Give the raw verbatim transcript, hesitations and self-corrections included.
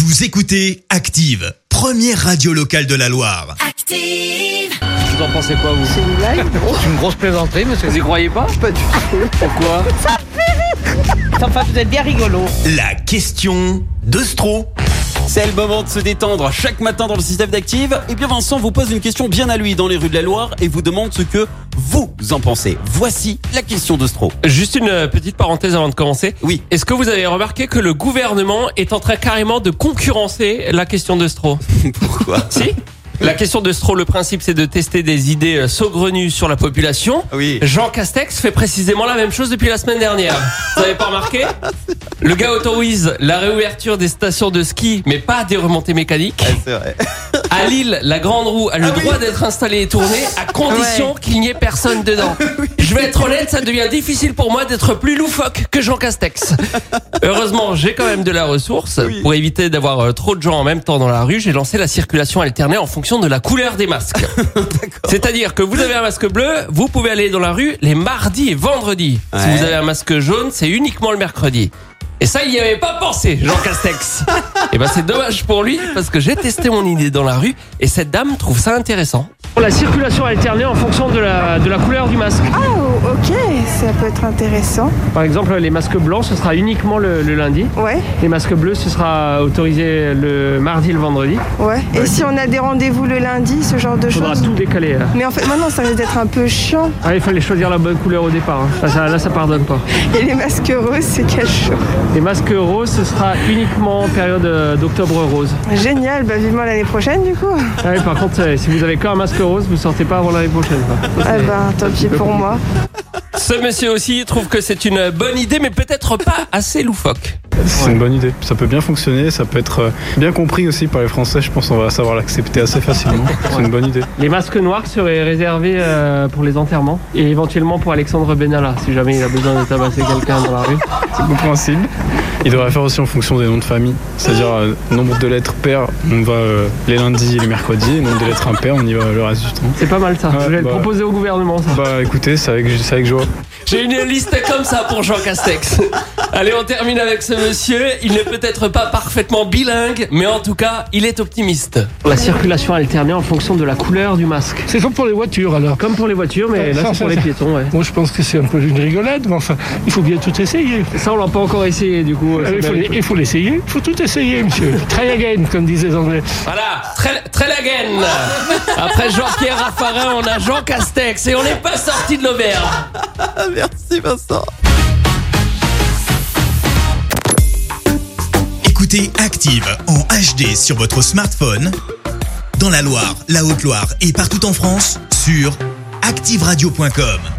Vous écoutez Active, première radio locale de la Loire. Active. Vous en pensez quoi, vous? C'est une blague? C'est une grosse plaisanterie, monsieur. Vous y croyez pas? Pas du tout. Pourquoi? Enfin, vous êtes bien rigolo. La question de Stro. C'est le moment de se détendre chaque matin dans le système d'Active. Et bien Vincent vous pose une question bien à lui dans les rues de la Loire et vous demande ce que vous en pensez. Voici la question de Stro. Juste une petite parenthèse avant de commencer. Oui. Est-ce que vous avez remarqué que le gouvernement est en train carrément de concurrencer la question de Stro? Pourquoi? Si. La question de Stro, le principe, c'est de tester des idées saugrenues sur la population. Oui. Jean Castex fait précisément la même chose depuis la semaine dernière. Vous avez pas remarqué? Le gars autorise la réouverture des stations de ski, mais pas des remontées mécaniques. Ah, c'est vrai. À Lille, la grande roue a le Ah droit oui. d'être installée et tournée à condition Ouais. qu'il n'y ait personne dedans. Je vais être honnête, ça devient difficile pour moi d'être plus loufoque que Jean Castex. Heureusement, j'ai quand même de la ressource. Oui. Pour éviter d'avoir euh, trop de gens en même temps dans la rue, j'ai lancé la circulation alternée en fonction de la couleur des masques. C'est-à-dire que vous avez un masque bleu, vous pouvez aller dans la rue les mardis et vendredis. Si Ouais. vous avez un masque jaune, c'est uniquement le mercredi. Et ça, il n'y avait pas pensé, Jean Castex. Et ben c'est dommage pour lui, parce que j'ai testé mon idée dans la rue, et cette dame trouve ça intéressant. La circulation alternée en fonction de la, de la couleur du masque. Ah, oh, ok, ça peut être intéressant. Par exemple, les masques blancs, ce sera uniquement le, le lundi. Ouais, Les masques bleus, ce sera autorisé le mardi et le vendredi. ouais. Et si on a des rendez-vous le lundi, ce genre de Il faudra choses? tout décaler. Là. Mais en fait, maintenant, ça risque d'être un peu chiant. Ah, il fallait choisir la bonne couleur au départ. Hein. Là, ça, là, ça pardonne pas. Et les masques roses, c'est quel chaud. Les masques roses, ce sera uniquement en période euh, d'octobre rose. Génial, bah vivement l'année prochaine, du coup. Ah oui, par contre, euh, si vous avez qu'un masque rose, vous sortez pas avant l'année prochaine. Quoi. Ça, Ah c'est- bah, tant pis pour moi. Ce monsieur aussi trouve que c'est une bonne idée, mais peut-être pas assez loufoque. C'est une bonne idée. Ça peut bien fonctionner, ça peut être euh, bien compris aussi par les Français. Je pense qu'on va savoir l'accepter assez facilement. C'est une bonne idée. Les masques noirs seraient réservés euh, pour les enterrements et éventuellement pour Alexandre Benalla, si jamais il a besoin de tabasser quelqu'un dans la rue. C'est compréhensible. Il devrait faire aussi en fonction des noms de famille. C'est-à-dire, euh, nombre de lettres paires, on va euh, les lundis et les mercredis. Et nombre de lettres impaires, on y va le reste du temps. C'est pas mal ça. Ouais, Je vais bah- le proposer au gouvernement ça. Bah écoutez, c'est avec, c'est avec joie. J'ai une liste comme ça pour Jean Castex. Allez, on termine avec ce monsieur. Il n'est peut-être pas parfaitement bilingue, mais en tout cas, il est optimiste. La circulation alternée en fonction de la couleur du masque. C'est comme pour les voitures alors. Comme pour les voitures, mais là Ça, c'est ça, pour les ça. piétons. Ouais. Moi je pense que c'est un peu une rigolade, mais enfin, il faut bien tout essayer. Ça, on l'a pas encore essayé du coup. Euh, Il faut, il faut l'essayer, il faut tout essayer, monsieur. Try again, comme disaent les Anglais. Voilà, très, très la gaine. Après Jean-Pierre Raffarin, on a Jean Castex et on n'est pas sorti de l'auberge. Merci Vincent. Écoutez Active en H D sur votre smartphone, dans la Loire, la Haute-Loire et partout en France, sur active radio point com.